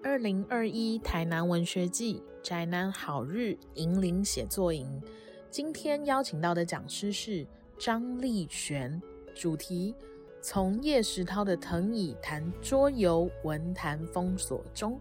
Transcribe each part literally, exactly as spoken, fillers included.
二零二一台南文学季宅男好日引领写作营，今天邀请到的讲师是张丽璇，主题从叶石涛的藤椅谈桌游文坛封锁中。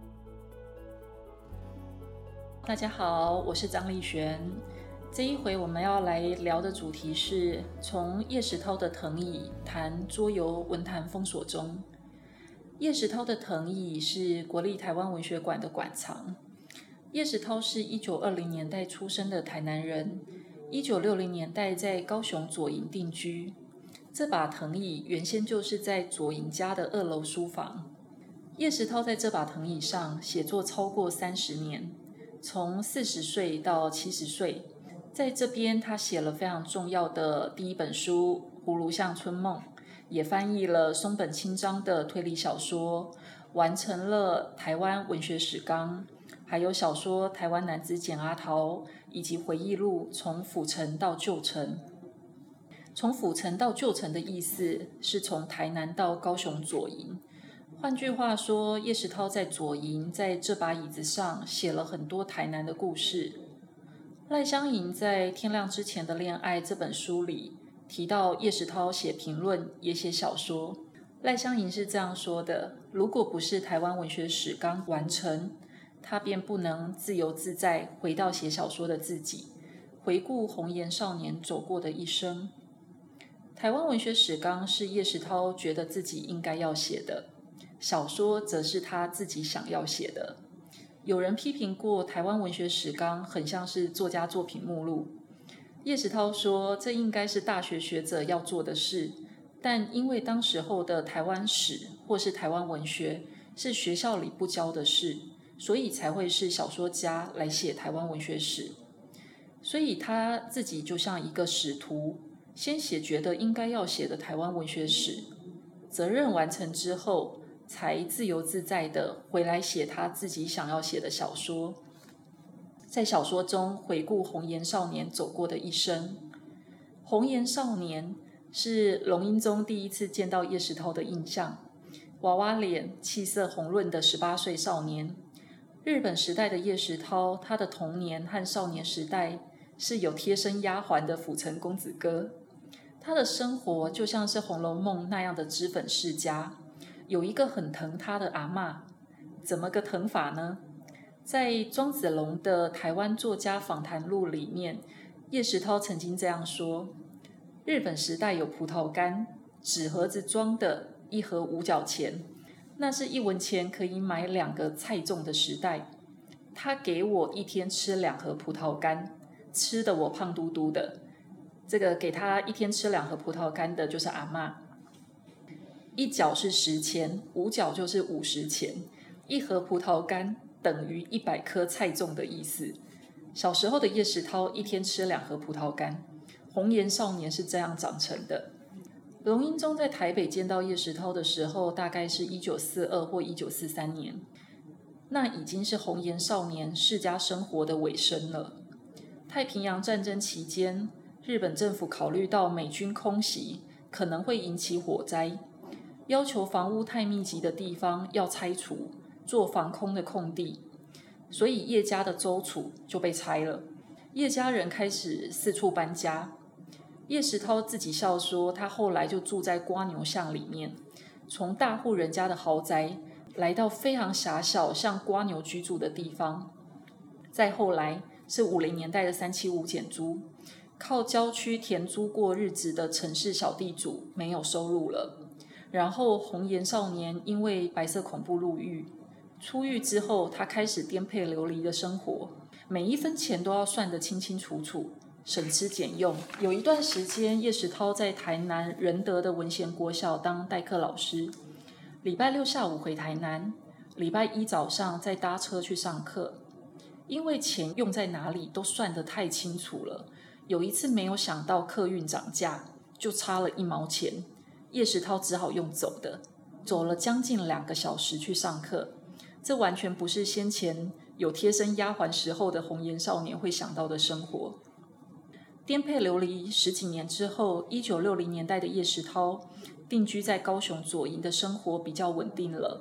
大家好，我是张丽璇。这一回我们要来聊的主题是从叶石涛的藤椅谈桌游文坛封锁中。叶石涛的藤椅是国立台湾文学馆的馆藏。叶石涛是一九二零年代出生的台南人，一九六零年代在高雄左营定居。这把藤椅原先就是在左营家的二楼书房。叶石涛在这把藤椅上写作超过三十年，从四十岁到七十岁，在这边他写了非常重要的第一本书《葫芦巷春梦》，也翻译了松本清张的推理小说，完成了台湾文学史纲，还有小说《台湾男子简阿桃》，以及回忆录《从府城到旧城》。从府城到旧城的意思是从台南到高雄左营。换句话说，叶石涛在左营在这把椅子上写了很多台南的故事。赖香吟在《天亮之前的恋爱》这本书里提到叶石涛写评论也写小说。赖香吟是这样说的：如果不是台湾文学史纲完成，他便不能自由自在回到写小说的自己，回顾红颜少年走过的一生。台湾文学史纲是叶石涛觉得自己应该要写的，小说则是他自己想要写的。有人批评过台湾文学史纲很像是作家作品目录。叶石涛说，这应该是大学学者要做的事，但因为当时候的台湾史或是台湾文学是学校里不教的事，所以才会是小说家来写台湾文学史。所以他自己就像一个使徒，先写觉得应该要写的台湾文学史，责任完成之后才自由自在的回来写他自己想要写的小说。在小说中回顾红颜少年走过的一生。红颜少年是龙应宗第一次见到叶石涛的印象，娃娃脸气色红润的十八岁少年。日本时代的叶石涛，他的童年和少年时代是有贴身丫鬟的府城公子哥。他的生活就像是《红楼梦》那样的脂粉世家，有一个很疼他的阿嬷。怎么个疼法呢？在庄子龙的《台湾作家访谈录》里面，叶石涛曾经这样说：日本时代有葡萄干，纸盒子装的，一盒五角钱，那是一文钱可以买两个菜粽的时代。他给我一天吃两盒葡萄干，吃的我胖嘟嘟的。这个给他一天吃两盒葡萄干的就是阿嬷。一角是十钱，五角就是五十钱，一盒葡萄干等于一百颗菜粽的意思。小时候的叶石涛一天吃两盒葡萄干，红颜少年是这样长成的。龙应宗在台北见到叶石涛的时候，大概是一九四二或一九四三年，那已经是红颜少年世家生活的尾声了。太平洋战争期间，日本政府考虑到美军空袭可能会引起火灾，要求房屋太密集的地方要拆除，做防空的空地，所以叶家的周楚就被拆了。叶家人开始四处搬家。叶石涛自己笑说，他后来就住在瓜牛巷里面，从大户人家的豪宅来到非常狭小像瓜牛居住的地方。再后来是五零年代的三七五减租，靠郊区田租过日子的城市小地主没有收入了。然后红颜少年因为白色恐怖入狱，出狱之后他开始颠沛流离的生活，每一分钱都要算得清清楚楚，省吃俭用。有一段时间，叶石涛在台南仁德的文贤国小当代课老师，礼拜六下午回台南，礼拜一早上再搭车去上课。因为钱用在哪里都算得太清楚了，有一次没有想到客运涨价，就差了一毛钱，叶石涛只好用走的，走了将近两个小时去上课。这完全不是先前有贴身丫鬟时候的红颜少年会想到的生活。颠沛流离十几年之后，一九六零年代的叶石涛定居在高雄左营的生活比较稳定了，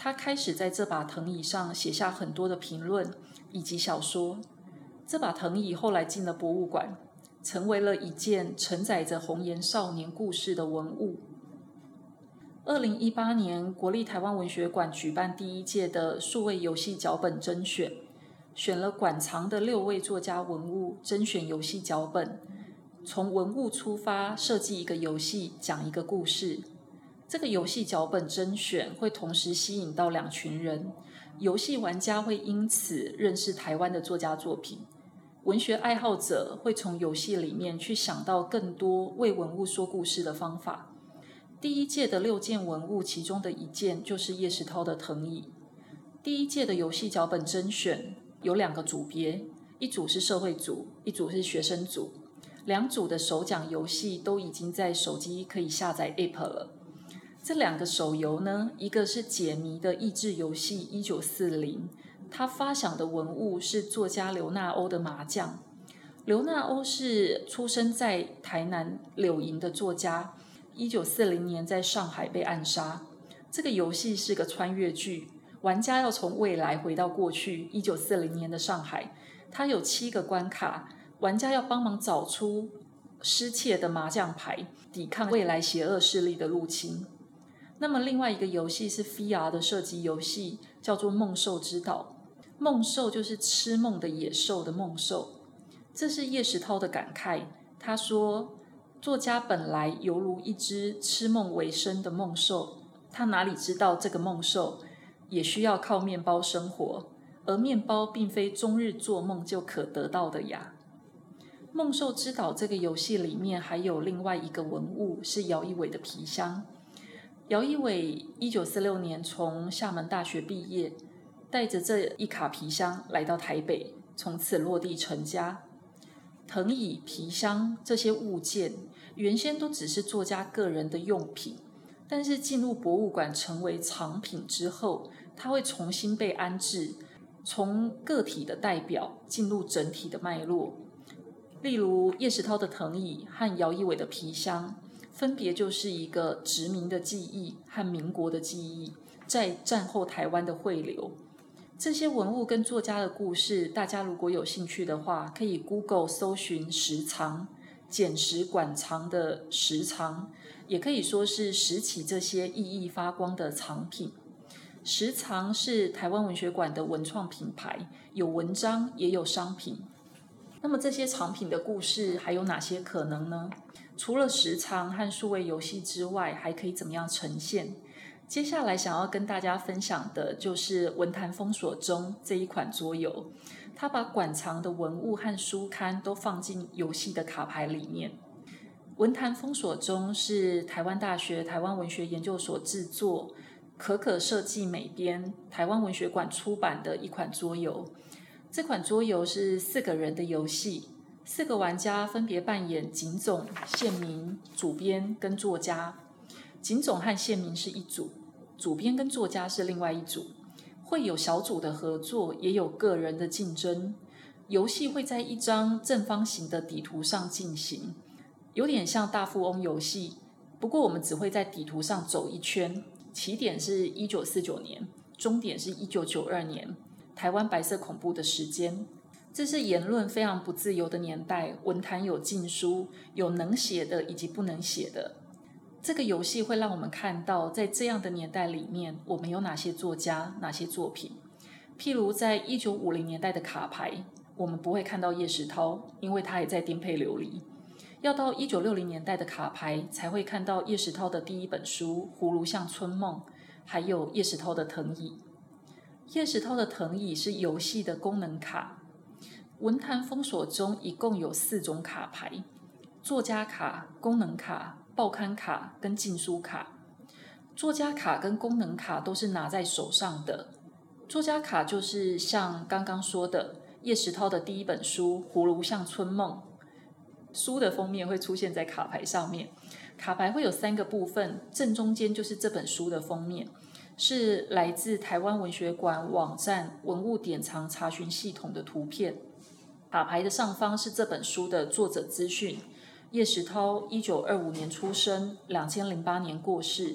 他开始在这把藤椅上写下很多的评论以及小说。这把藤椅后来进了博物馆，成为了一件承载着红颜少年故事的文物。二零一八年，国立台湾文学馆举办第一届的数位游戏脚本甄选，选了馆藏的六位作家文物甄选游戏脚本，从文物出发设计一个游戏，讲一个故事。这个游戏脚本甄选会同时吸引到两群人，游戏玩家会因此认识台湾的作家作品，文学爱好者会从游戏里面去想到更多为文物说故事的方法。第一届的六件文物，其中的一件就是叶石涛的藤椅。第一届的游戏脚本甄选有两个组别，一组是社会组，一组是学生组。两组的首奖游戏都已经在手机可以下载 App 了。这两个手游呢，一个是解谜的益智游戏一九四零，它发想的文物是作家刘纳欧的麻将。刘纳欧是出生在台南柳营的作家，一九四零年在上海被暗杀。这个游戏是个穿越剧，玩家要从未来回到过去一九四零年的上海。它有七个关卡，玩家要帮忙找出失窃的麻将牌，抵抗未来邪恶势力的入侵。那么另外一个游戏是 V R 的射击游戏，叫做梦兽之岛。梦兽就是吃梦的野兽的梦兽。这是叶石涛的感慨，他说作家本来犹如一只吃梦为生的梦兽，他哪里知道这个梦兽也需要靠面包生活，而面包并非终日做梦就可得到的呀。梦兽之岛这个游戏里面还有另外一个文物，是姚一伟的皮箱。姚一伟一九四六年从厦门大学毕业，带着这一卡皮箱来到台北，从此落地成家。藤椅、皮箱这些物件原先都只是作家个人的用品，但是进入博物馆成为藏品之后，它会重新被安置，从个体的代表进入整体的脉络。例如叶石涛的藤椅和姚一伟的皮箱，分别就是一个殖民的记忆和民国的记忆，在战后台湾的汇流。这些文物跟作家的故事，大家如果有兴趣的话，可以 Google 搜寻石藏，捡拾馆藏的石藏，也可以说是拾起这些熠熠发光的藏品。石藏是台湾文学馆的文创品牌，有文章也有商品。那么这些藏品的故事还有哪些可能呢？除了石藏和数位游戏之外，还可以怎么样呈现？接下来想要跟大家分享的就是文坛封锁中这一款桌游，它把馆藏的文物和书刊都放进游戏的卡牌里面。文坛封锁中是台湾大学台湾文学研究所制作，可可设计美编，台湾文学馆出版的一款桌游。这款桌游是四个人的游戏，四个玩家分别扮演警总、县民、主编跟作家。警总和县民是一组，主编跟作家是另外一组，会有小组的合作，也有个人的竞争。游戏会在一张正方形的底图上进行，有点像大富翁游戏，不过我们只会在底图上走一圈，起点是一九四九年，终点是一九九二年，台湾白色恐怖的时间。这是言论非常不自由的年代，文坛有禁书，有能写的以及不能写的。这个游戏会让我们看到，在这样的年代里面，我们有哪些作家、哪些作品。譬如在一九五零年代的卡牌，我们不会看到叶石涛，因为他也在颠沛流离。要到一九六零年代的卡牌，才会看到叶石涛的第一本书《葫芦巷春梦》，还有叶石涛的藤椅。叶石涛的藤椅是游戏的功能卡。文坛封锁中一共有四种卡牌：作家卡、功能卡、报刊卡跟禁书卡。作家卡跟功能卡都是拿在手上的。作家卡就是像刚刚说的叶石涛的第一本书《葫芦巷春梦》，书的封面会出现在卡牌上面。卡牌会有三个部分，正中间就是这本书的封面，是来自台湾文学馆网站文物典藏查询系统的图片。卡牌的上方是这本书的作者资讯，叶石涛一九二五年出生，两千零八年过世。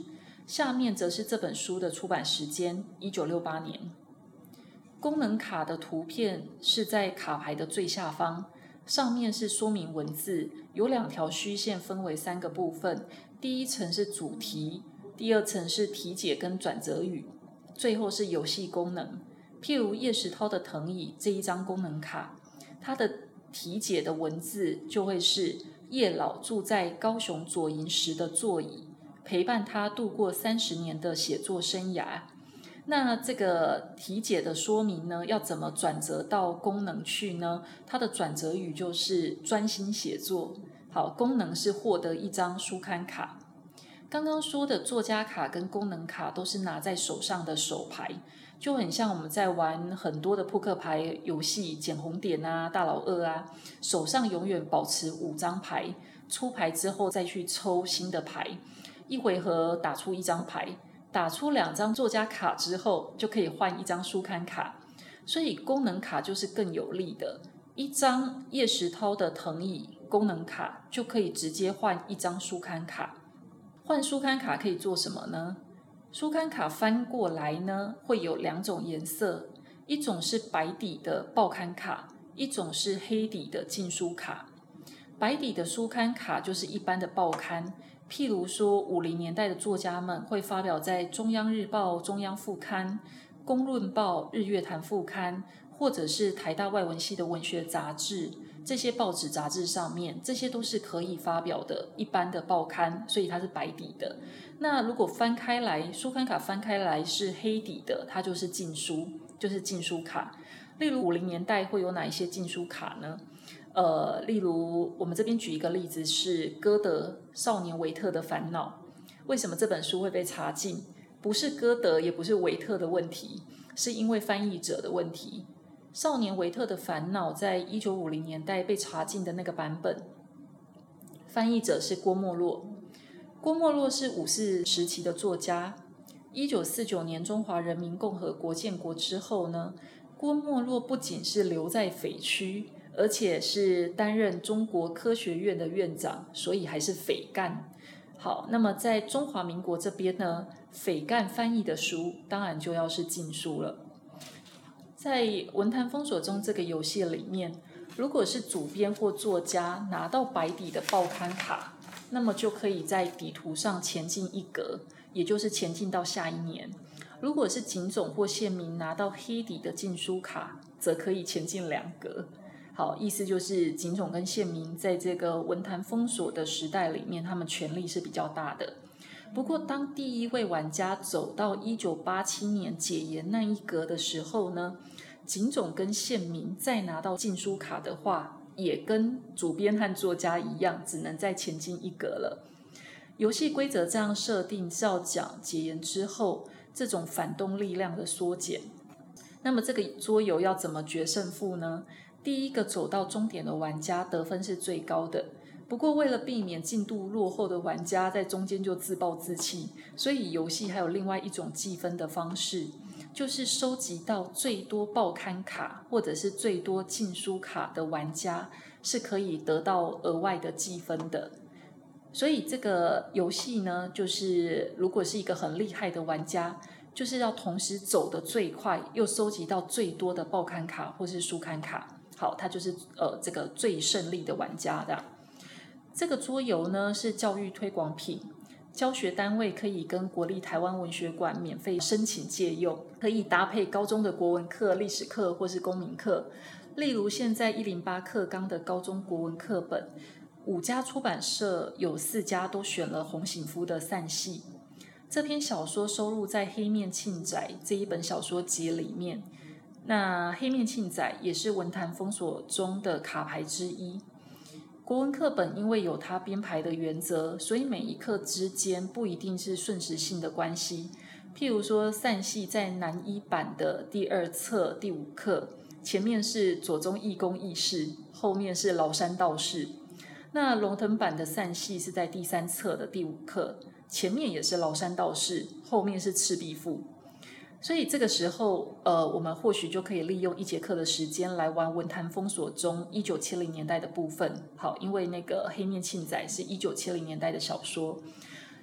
下面则是这本书的出版时间，一九六八年。功能卡的图片是在卡牌的最下方，上面是说明文字，有两条虚线分为三个部分，第一层是主题，第二层是题解跟转折语，最后是游戏功能。譬如叶石涛的藤椅这一张功能卡，它的题解的文字就会是叶老住在高雄左营时的座椅，陪伴他度过三十年的写作生涯。那这个题解的说明呢，要怎么转折到功能去呢？它的转折语就是专心写作。好，功能是获得一张书刊卡。刚刚说的作家卡跟功能卡都是拿在手上的手牌，就很像我们在玩很多的扑克牌游戏，捡红点啊、大老二啊，手上永远保持五张牌，出牌之后再去抽新的牌，一回合打出一张牌，打出两张作家卡之后，就可以换一张书刊卡。所以功能卡就是更有利的，一张叶石涛的藤椅功能卡就可以直接换一张书刊卡。换书刊卡可以做什么呢？书刊卡翻过来呢，会有两种颜色，一种是白底的报刊卡，一种是黑底的禁书卡。白底的书刊卡就是一般的报刊，譬如说五零年代的作家们会发表在中央日报、中央副刊、公论报、日月潭副刊，或者是台大外文系的文学杂志，这些报纸杂志上面，这些都是可以发表的一般的报刊，所以它是白底的。那如果翻开来，书刊卡翻开来是黑底的，它就是禁书，就是禁书卡。例如五零年代会有哪一些禁书卡呢？呃，例如我们这边举一个例子是歌德《少年维特的烦恼》。为什么这本书会被查禁？不是歌德也不是维特的问题，是因为翻译者的问题。少年维特的烦恼在一九五零年代被查禁的那个版本，翻译者是郭沫若。郭沫若是五四时期的作家。一九四九年中华人民共和国建国之后呢，郭沫若不仅是留在匪区，而且是担任中国科学院的院长，所以还是匪干。好，那么在中华民国这边呢，匪干翻译的书当然就要是禁书了。在文坛封锁中这个游戏里面，如果是主编或作家拿到白底的报刊卡，那么就可以在底图上前进一格，也就是前进到下一年。如果是警总或县民拿到黑底的禁书卡，则可以前进两格。好，意思就是警总跟县民在这个文坛封锁的时代里面，他们权力是比较大的。不过当第一位玩家走到一九八七年解严那一格的时候呢，警总跟县民再拿到禁书卡的话，也跟主编和作家一样，只能再前进一格了。游戏规则这样设定是要讲解严之后这种反动力量的缩减。那么这个桌游要怎么决胜负呢？第一个走到终点的玩家得分是最高的，不过为了避免进度落后的玩家在中间就自暴自弃，所以游戏还有另外一种计分的方式，就是收集到最多报刊卡或者是最多禁书卡的玩家是可以得到额外的计分的。所以这个游戏呢，就是如果是一个很厉害的玩家，就是要同时走得最快，又收集到最多的报刊卡或是书刊卡，好，他就是呃这个最胜利的玩家的。这个桌游呢是教育推广品，教学单位可以跟国立台湾文学馆免费申请借用，可以搭配高中的国文课、历史课或是公民课。例如现在一零八课纲的高中国文课本，五家出版社有四家都选了洪醒夫的《散戏》。这篇小说收录在《黑面庆仔》这一本小说集里面。那《黑面庆仔》也是文坛封锁中的卡牌之一。国文课本因为有它编排的原则，所以每一课之间不一定是顺时性的关系。譬如说《散戏》在南一版的第二册第五课，前面是左宗义公义士，后面是崂山道士。那龙腾版的《散戏》是在第三册的第五课，前面也是崂山道士，后面是赤壁赋。所以这个时候，呃，我们或许就可以利用一节课的时间来玩文坛封锁中一九七零年代的部分。好，因为那个《黑面庆仔》是一九七零年代的小说。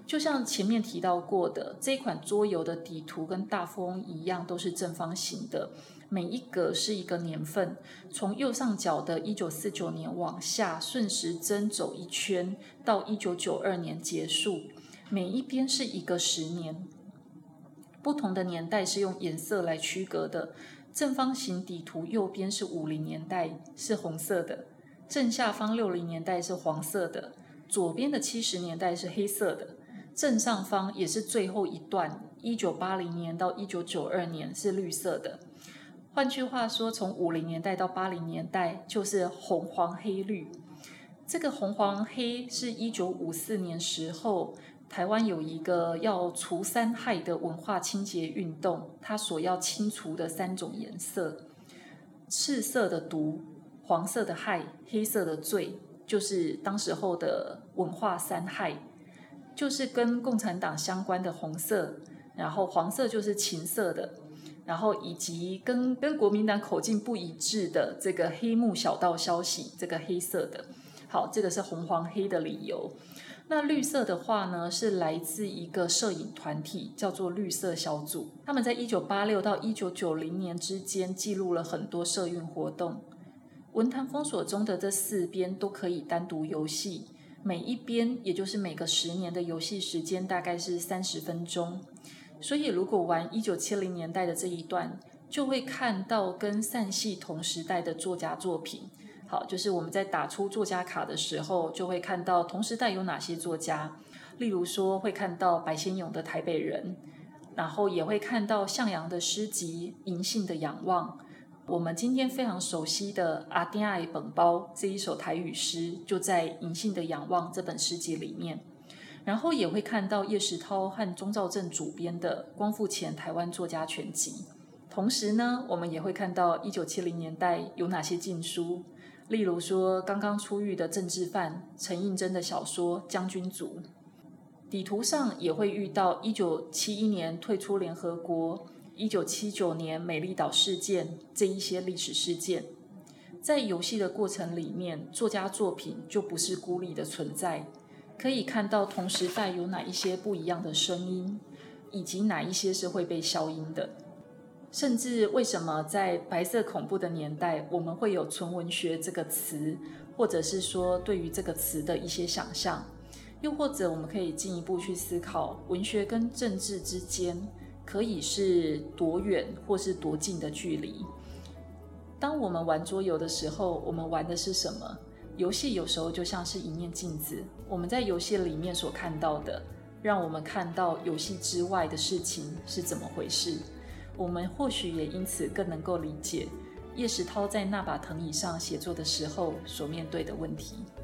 就像前面提到过的，这款桌游的底图跟大富翁一样，都是正方形的，每一格是一个年份，从右上角的一九四九年往下顺时针走一圈，到一九九二年结束，每一边是一个十年。不同的年代是用颜色来区隔的，正方形底图右边是五零年代，是红色的，正下方六零年代是黄色的，左边的七十年代是黑色的，正上方也是最后一段一九八零年到一九九二年是绿色的。换句话说，从五零年代到八零年代就是红黄黑绿。这个红黄黑是一九五四年时候台湾有一个要除三害的文化清洁运动，它所要清除的三种颜色，赤色的毒，黄色的害，黑色的罪，就是当时候的文化三害，就是跟共产党相关的红色，然后黄色就是情色的，然后以及跟跟国民党口径不一致的这个黑幕小道消息，这个黑色的。好，这个是红黄黑的理由。那绿色的话呢，是来自一个摄影团体，叫做绿色小组。他们在一九八六到一九九零年之间记录了很多社运活动。文坛封锁中的这四边都可以单独游戏，每一边也就是每个十年的游戏时间大概是三十分钟。所以如果玩一九七零年代的这一段，就会看到跟散系同时代的作家作品。好，就是我们在打出作家卡的时候，就会看到同时代有哪些作家，例如说会看到白先勇的《台北人》，然后也会看到向阳的诗集《银杏的仰望》，我们今天非常熟悉的阿丁爱本包这一首台语诗，就在《银杏的仰望》这本诗集里面。然后也会看到叶石涛和钟肇政主编的《光复前台湾作家全集》。同时呢，我们也会看到一九七零年代有哪些禁书，例如说刚刚出狱的政治犯陈映真的小说《将军族》。底图上也会遇到一九七一年退出联合国、一九七九年美丽岛事件这一些历史事件。在游戏的过程里面，作家作品就不是孤立的存在，可以看到同时代有哪一些不一样的声音，以及哪一些是会被消音的。甚至为什么在白色恐怖的年代，我们会有纯文学这个词，或者是说对于这个词的一些想象，又或者我们可以进一步去思考，文学跟政治之间可以是多远或是多近的距离。当我们玩桌游的时候，我们玩的是什么？游戏有时候就像是一面镜子，我们在游戏里面所看到的，让我们看到游戏之外的事情是怎么回事。我们或许也因此更能够理解叶石涛在那把藤椅上写作的时候所面对的问题。